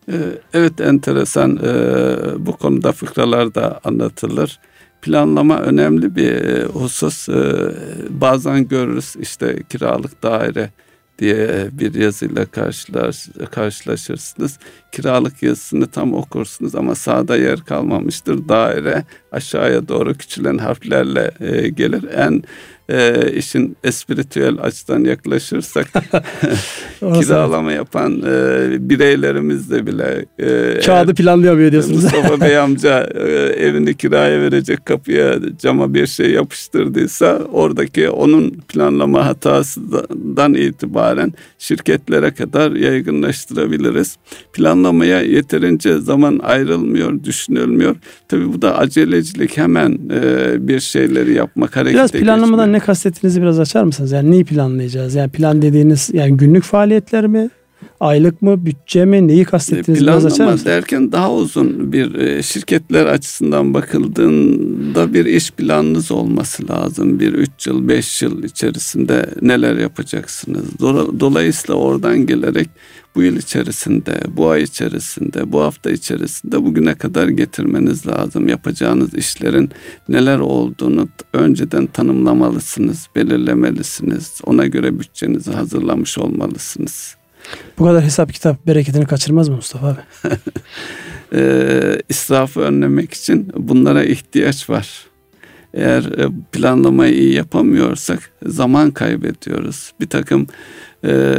Evet, enteresan. Bu konuda fıkralar da anlatılır. Planlama önemli bir husus. Bazen görürüz işte kiralık daire diye bir yazıyla karşılaş, karşılaşırsınız. Kiralık yazısını tam okursunuz ama sağda yer kalmamıştır. Daire aşağıya doğru küçülen harflerle gelir. En e, işin espiritüel açıdan yaklaşırsak kiralama yapan e, bireylerimizde bile e, kağıdı planlayamıyor diyorsunuz. Mustafa Bey amca e, evini kiraya verecek, kapıya cama bir şey yapıştırdıysa oradaki onun planlama hatasından itibaren şirketlere kadar yaygınlaştırabiliriz. Planlamaya yeterince zaman ayrılmıyor, düşünülmüyor. Tabii bu da acelecilik, hemen e, bir şeyleri yapmak, harekete biraz planlamadan geçmek. Ne kastettiğinizi biraz açar mısınız? Yani neyi planlayacağız? Yani plan dediğiniz yani günlük faaliyetler mi? Aylık mı, bütçe mi, neyi kastettiniz? Planlama derken daha uzun bir, şirketler açısından bakıldığında bir iş planınız olması lazım. Bir üç yıl, beş yıl içerisinde neler yapacaksınız? Dolayısıyla oradan gelerek bu yıl içerisinde, bu ay içerisinde, bu hafta içerisinde bugüne kadar getirmeniz lazım. Yapacağınız işlerin neler olduğunu önceden tanımlamalısınız, belirlemelisiniz. Ona göre bütçenizi hazırlamış olmalısınız. Bu kadar hesap kitap bereketini kaçırmaz mı Mustafa abi? e, israfı önlemek için bunlara ihtiyaç var. Eğer planlamayı iyi yapamıyorsak zaman kaybediyoruz. Bir takım e,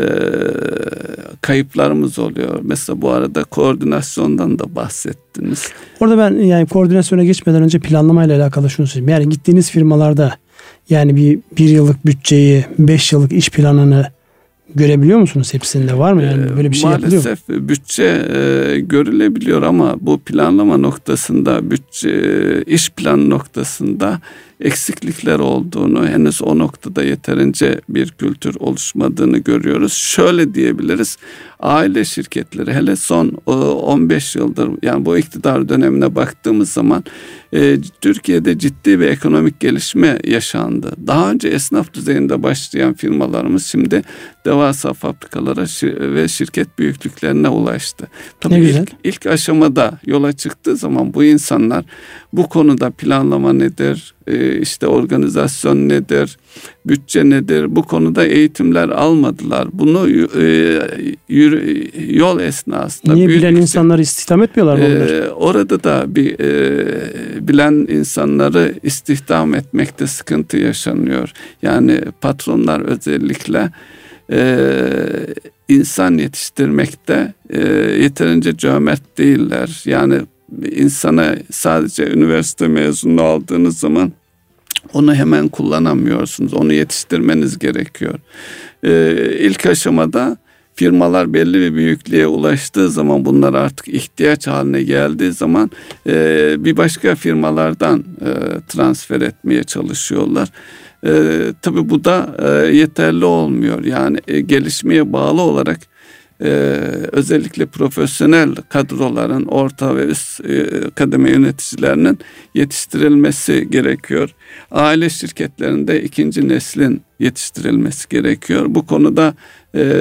kayıplarımız oluyor. Mesela bu arada koordinasyondan da bahsettiniz. Orada ben yani koordinasyona geçmeden önce planlamayla alakalı şunu söyleyeyim. Yani gittiğiniz firmalarda yani bir, bir yıllık bütçeyi, beş yıllık iş planını görebiliyor musunuz? Hepsinde var mı? Yani böyle bir şey yapılıyor mu? Maalesef bütçe e, görülebiliyor ama bu planlama noktasında, bütçe iş planı noktasında eksiklikler olduğunu, henüz o noktada yeterince bir kültür oluşmadığını görüyoruz. Şöyle diyebiliriz, aile şirketleri hele son on beş yıldır, yani bu iktidar dönemine baktığımız zaman e, Türkiye'de ciddi bir ekonomik gelişme yaşandı. Daha önce esnaf düzeyinde başlayan firmalarımız şimdi devasa fabrikalara ve şirket büyüklüklerine ulaştı. Tabii ne ilk, güzel. ilk aşamada yola çıktığı zaman bu insanlar bu konuda planlama nedir, işte organizasyon nedir, bütçe nedir, bu konuda eğitimler almadılar. Bunu yürü, yol esnasında niye bilen insanları istihdam etmiyorlar mı onlar? E, orada da bir e, bilen insanları istihdam etmekte sıkıntı yaşanıyor. Yani patronlar özellikle e, insan yetiştirmekte e, yeterince cömert değiller. Yani insana sadece üniversite mezunu aldığınız zaman onu hemen kullanamıyorsunuz. Onu yetiştirmeniz gerekiyor. Ee, ilk aşamada firmalar belli bir büyüklüğe ulaştığı zaman, bunlar artık ihtiyaç haline geldiği zaman e, bir başka firmalardan e, transfer etmeye çalışıyorlar. E, tabii bu da e, yeterli olmuyor. Yani e, gelişmeye bağlı olarak Ee, özellikle profesyonel kadroların, orta ve üst e, kademe yöneticilerinin yetiştirilmesi gerekiyor. Aile şirketlerinde ikinci neslin yetiştirilmesi gerekiyor. Bu konuda e,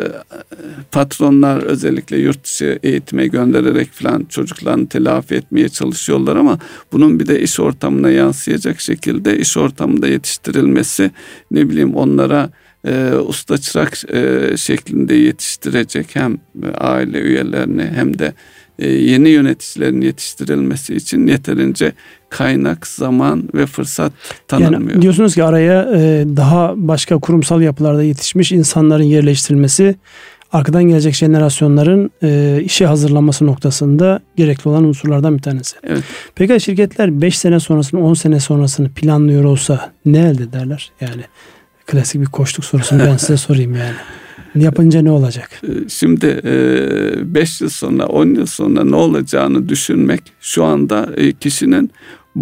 patronlar özellikle yurt dışı eğitime göndererek falan çocuklarını telafi etmeye çalışıyorlar ama bunun bir de iş ortamına yansıyacak şekilde iş ortamında yetiştirilmesi, ne bileyim onlara E, usta çırak e, şeklinde yetiştirecek hem aile üyelerini hem de e, yeni yöneticilerin yetiştirilmesi için yeterince kaynak, zaman ve fırsat tanınmıyor. Yani diyorsunuz ki araya e, daha başka kurumsal yapılarda yetişmiş insanların yerleştirilmesi, arkadan gelecek jenerasyonların e, işe hazırlanması noktasında gerekli olan unsurlardan bir tanesi. Evet. Peki şirketler beş sene sonrasını, on sene sonrasını planlıyor olsa ne elde ederler? Yani klasik bir koçluk sorusunu ben size sorayım yani. Yapınca ne olacak? Şimdi beş yıl sonra, on yıl sonra ne olacağını düşünmek şu anda kişinin,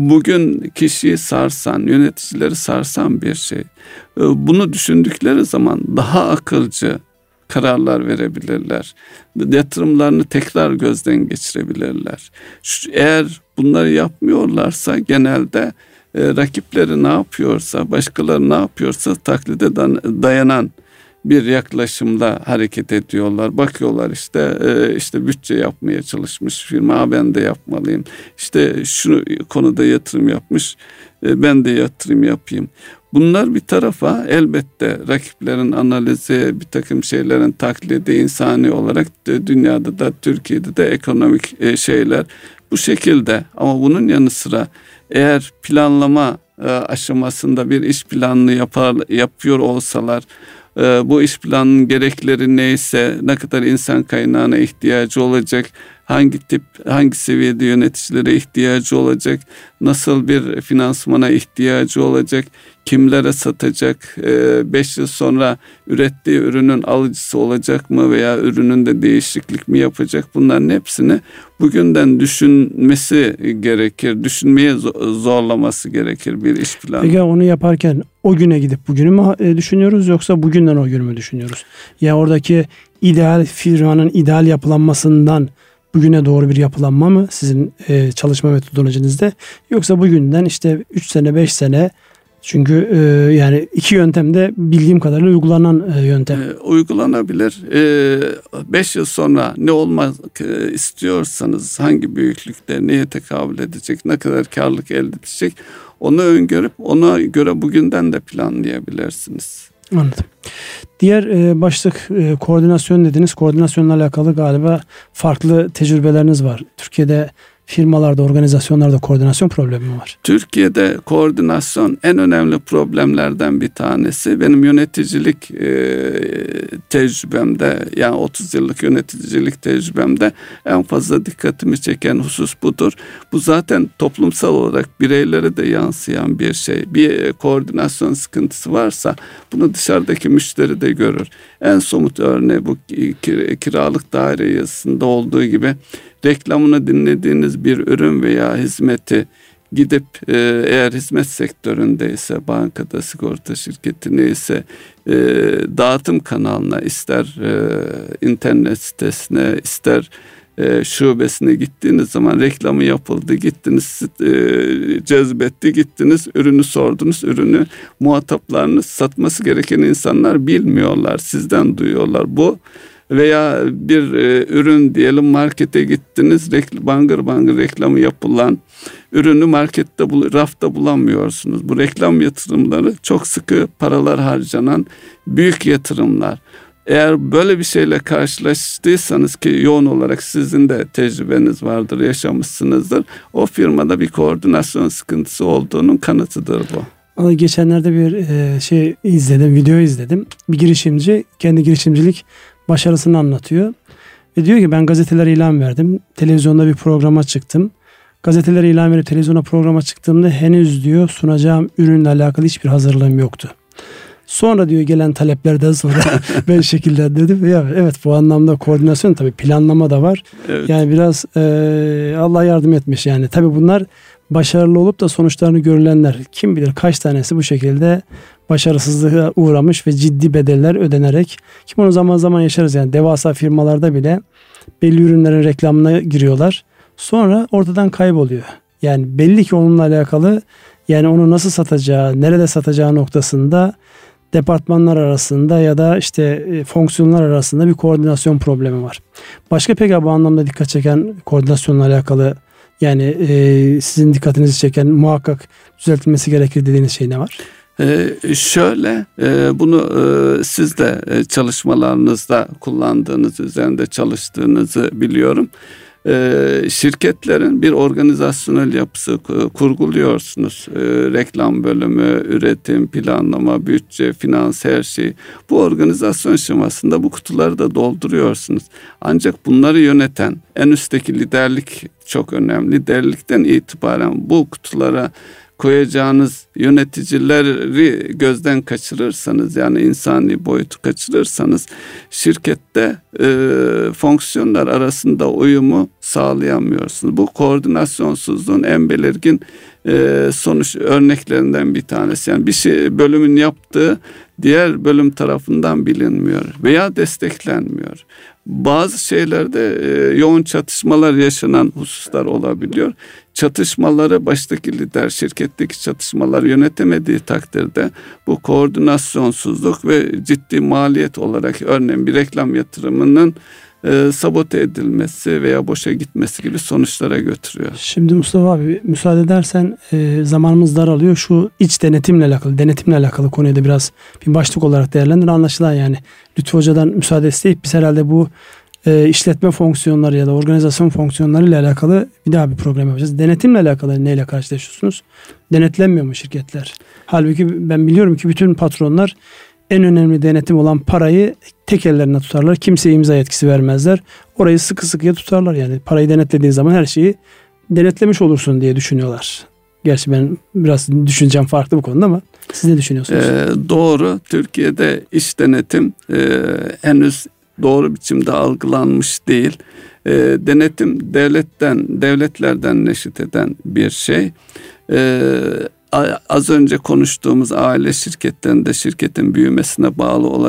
bugün kişiyi sarsan, yöneticileri sarsan bir şey. Bunu düşündükleri zaman daha akılcı kararlar verebilirler. Yatırımlarını tekrar gözden geçirebilirler. Eğer bunları yapmıyorlarsa genelde E, rakipleri ne yapıyorsa, başkaları ne yapıyorsa taklide dayanan bir yaklaşımla hareket ediyorlar. Bakıyorlar işte e, işte bütçe yapmaya çalışmış firma, ben de yapmalıyım. İşte şu konuda yatırım yapmış, e, ben de yatırım yapayım. Bunlar bir tarafa, elbette rakiplerin analizi, bir takım şeylerin taklidi, insani olarak de, dünyada da Türkiye'de de ekonomik e, şeyler bu şekilde. Ama bunun yanı sıra eğer planlama e, aşamasında bir iş planını yapar, yapıyor olsalar, e, bu iş planının gerekleri neyse, ne kadar insan kaynağına ihtiyacı olacak, hangi tip, hangi seviyede yöneticilere ihtiyacı olacak, nasıl bir finansmana ihtiyacı olacak, kimlere satacak, beş yıl sonra ürettiği ürünün alıcısı olacak mı veya ürününde değişiklik mi yapacak, bunların hepsini bugünden düşünmesi gerekir, düşünmeye zorlaması gerekir bir iş planı. Peki onu yaparken o güne gidip bugünü mü düşünüyoruz yoksa bugünden o günü mü düşünüyoruz? Ya oradaki ideal firmanın ideal yapılanmasından bugüne doğru bir yapılanma mı sizin e, çalışma metodolojinizde? Yoksa bugünden işte üç sene beş sene, çünkü e, yani iki yöntemde bildiğim kadarıyla uygulanan e, yöntem. E, uygulanabilir. beş e, yıl sonra ne olmak e, istiyorsanız, hangi büyüklükte, neye tekabül edecek, ne kadar karlılık elde edecek, onu öngörüp ona göre bugünden de planlayabilirsiniz. Anladım. Diğer e, başlık e, koordinasyon dediniz. Koordinasyonla alakalı galiba farklı tecrübeleriniz var. Türkiye'de firmalarda, organizasyonlarda koordinasyon problemi mi var? Türkiye'de koordinasyon en önemli problemlerden bir tanesi. Benim yöneticilik e, tecrübemde, yani otuz yıllık yöneticilik tecrübemde en fazla dikkatimi çeken husus budur. Bu zaten toplumsal olarak bireylere de yansıyan bir şey. Bir koordinasyon sıkıntısı varsa bunu dışarıdaki müşteri de görür. En somut örneği bu kiralık daire yazısında olduğu gibi, reklamını dinlediğiniz bir ürün veya hizmeti gidip e, eğer hizmet sektöründeyse, bankada, sigorta şirketi neyse, e, dağıtım kanalına, ister e, internet sitesine, ister e, şubesine gittiğiniz zaman reklamı yapıldı, gittiniz, e, cezbetti, gittiniz, ürünü sordunuz, ürünü muhataplarınız, satması gereken insanlar bilmiyorlar, sizden duyuyorlar. Bu veya bir e, ürün diyelim, markete gittiniz, rekl- bangır bangır reklamı yapılan ürünü markette, bul- rafta bulamıyorsunuz. Bu reklam yatırımları çok sıkı paralar harcanan büyük yatırımlar. Eğer böyle bir şeyle karşılaştıysanız, ki yoğun olarak sizin de tecrübeniz vardır, yaşamışsınızdır, o firmada bir koordinasyon sıkıntısı olduğunun kanıtıdır bu. Geçenlerde bir e, şey izledim, video izledim. Bir girişimci kendi girişimcilik başarısını anlatıyor. Ve diyor ki ben gazetelere ilan verdim. Televizyonda bir programa çıktım. Gazetelere ilan verip televizyona programa çıktığımda henüz diyor sunacağım ürünle alakalı hiçbir hazırlığım yoktu. Sonra diyor gelen taleplerden sonra ben şekilde dedim. Ya, evet, bu anlamda koordinasyon, tabii planlama da var. Evet. Yani biraz e, Allah yardım etmiş yani. Tabii bunlar başarılı olup da sonuçlarını görülenler. Kim bilir kaç tanesi bu şekilde başarısızlığa uğramış ve ciddi bedeller ödenerek, ki bunu zaman zaman yaşarız yani, devasa firmalarda bile belli ürünlerin reklamına giriyorlar. Sonra ortadan kayboluyor. Yani belli ki onunla alakalı, yani onu nasıl satacağı, nerede satacağı noktasında departmanlar arasında ya da işte fonksiyonlar arasında bir koordinasyon problemi var. Başka peki bu anlamda dikkat çeken, koordinasyonla alakalı yani e, sizin dikkatinizi çeken, muhakkak düzeltilmesi gerekir dediğiniz şey ne var? Ee, şöyle e, bunu e, siz de e, çalışmalarınızda kullandığınız, üzerinde çalıştığınızı biliyorum. E, şirketlerin bir organizasyonel yapısı kurguluyorsunuz. E, reklam bölümü, üretim, planlama, bütçe, finans, her şey. Bu organizasyon şemasında bu kutuları da dolduruyorsunuz. Ancak bunları yöneten en üstteki liderlik çok önemli. Liderlikten itibaren bu kutulara koyacağınız yöneticileri gözden kaçırırsanız, yani insani boyutu kaçırırsanız, şirkette e, fonksiyonlar arasında uyumu sağlayamıyorsunuz. Bu koordinasyonsuzluğun en belirgin e, sonuç örneklerinden bir tanesi. Yani bir şey, bölümün yaptığı diğer bölüm tarafından bilinmiyor veya desteklenmiyor. Bazı şeylerde e, yoğun çatışmalar yaşanan hususlar olabiliyor. Çatışmaları baştaki lider, şirketteki çatışmaları yönetemediği takdirde bu koordinasyonsuzluk ve ciddi maliyet olarak, örneğin bir reklam yatırımının e, sabote edilmesi veya boşa gitmesi gibi sonuçlara götürüyor. Şimdi Mustafa abi, müsaade edersen e, zamanımız daralıyor. Şu iç denetimle alakalı, denetimle alakalı konuyu da biraz bir başlık olarak değerlendir. Anlaşılan yani Lütfü Hoca'dan müsaade isteyip biz herhalde bu e, işletme fonksiyonları ya da organizasyon fonksiyonları ile alakalı bir daha bir program yapacağız. Denetimle alakalı neyle karşılaşıyorsunuz? Denetlenmiyor mu şirketler? Halbuki ben biliyorum ki bütün patronlar en önemli denetim olan parayı tek ellerine tutarlar. Kimseye imza yetkisi vermezler. Orayı sıkı sıkıya tutarlar. Yani parayı denetlediğin zaman her şeyi denetlemiş olursun diye düşünüyorlar. Gerçi ben biraz düşüncem farklı bu konuda, ama siz ne düşünüyorsunuz? Ee, doğru. Türkiye'de iş denetim e, henüz doğru biçimde algılanmış değil. E, denetim devletten, devletlerden neşit eden bir şey. E, az önce konuştuğumuz aile şirketlerinde şirketin büyümesine bağlı olarak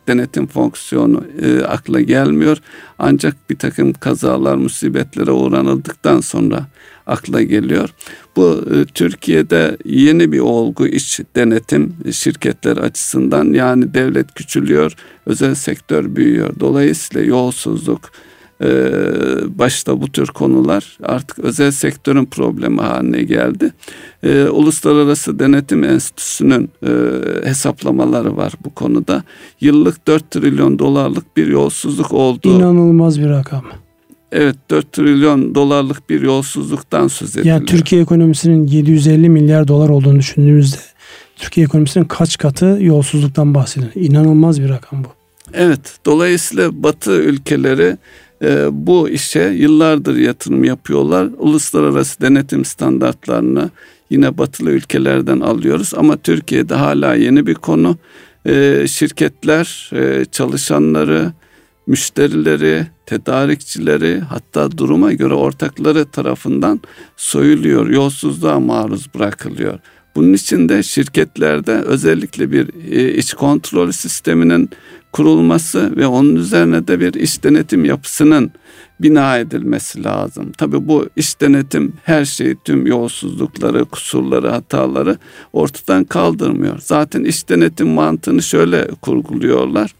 denetim fonksiyonu e, akla gelmiyor. Ancak bir takım kazalar, musibetlere uğranıldıktan sonra akla geliyor. Bu e, Türkiye'de yeni bir olgu iç denetim şirketler açısından. Yani devlet küçülüyor, özel sektör büyüyor. Dolayısıyla yolsuzluk, Ee, başta bu tür konular artık özel sektörün problemi haline geldi. Ee, Uluslararası Denetim Enstitüsü'nün e, hesaplamaları var bu konuda. Yıllık dört trilyon dolarlık bir yolsuzluk oldu. İnanılmaz bir rakam. Evet, dört trilyon dolarlık bir yolsuzluktan söz ediliyor. Yani Türkiye ekonomisinin yedi yüz elli milyar dolar olduğunu düşündüğümüzde Türkiye ekonomisinin kaç katı yolsuzluktan bahsediyor. İnanılmaz bir rakam bu. Evet, dolayısıyla Batı ülkeleri e, bu işe yıllardır yatırım yapıyorlar. Uluslararası denetim standartlarını yine batılı ülkelerden alıyoruz ama Türkiye'de hala yeni bir konu. E, şirketler e, çalışanları, müşterileri, tedarikçileri, hatta duruma göre ortakları tarafından soyuluyor, yolsuzluğa maruz bırakılıyor. Bunun için de şirketlerde özellikle bir e, iç kontrol sisteminin kurulması ve onun üzerine de bir iç denetim yapısının bina edilmesi lazım. Tabii bu iç denetim her şeyi, tüm yolsuzlukları, kusurları, hataları ortadan kaldırmıyor. Zaten iç denetim mantığını şöyle kurguluyorlar.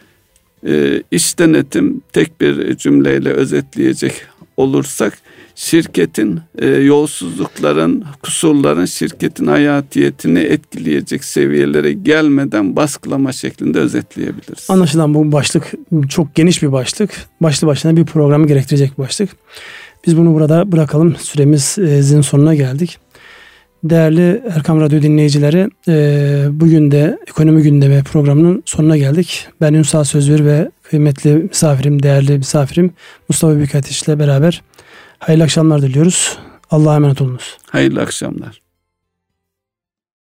E, iç denetim, tek bir cümleyle özetleyecek olursak, şirketin e, yolsuzlukların, kusurların şirketin hayatiyetini etkileyecek seviyelere gelmeden baskılama şeklinde özetleyebiliriz. Anlaşılan bu başlık çok geniş bir başlık. Başlı başına bir programı gerektirecek bir başlık. Biz bunu burada bırakalım. Süremizin sonuna geldik. Değerli Erkam Radyo dinleyicileri, e, bugün de Ekonomi Gündemi programının sonuna geldik. Ben Ünsal Sözver ve kıymetli misafirim, değerli misafirim Mustafa Büyükateş ile beraber hayırlı akşamlar diliyoruz. Allah'a emanet olunuz. Hayırlı akşamlar.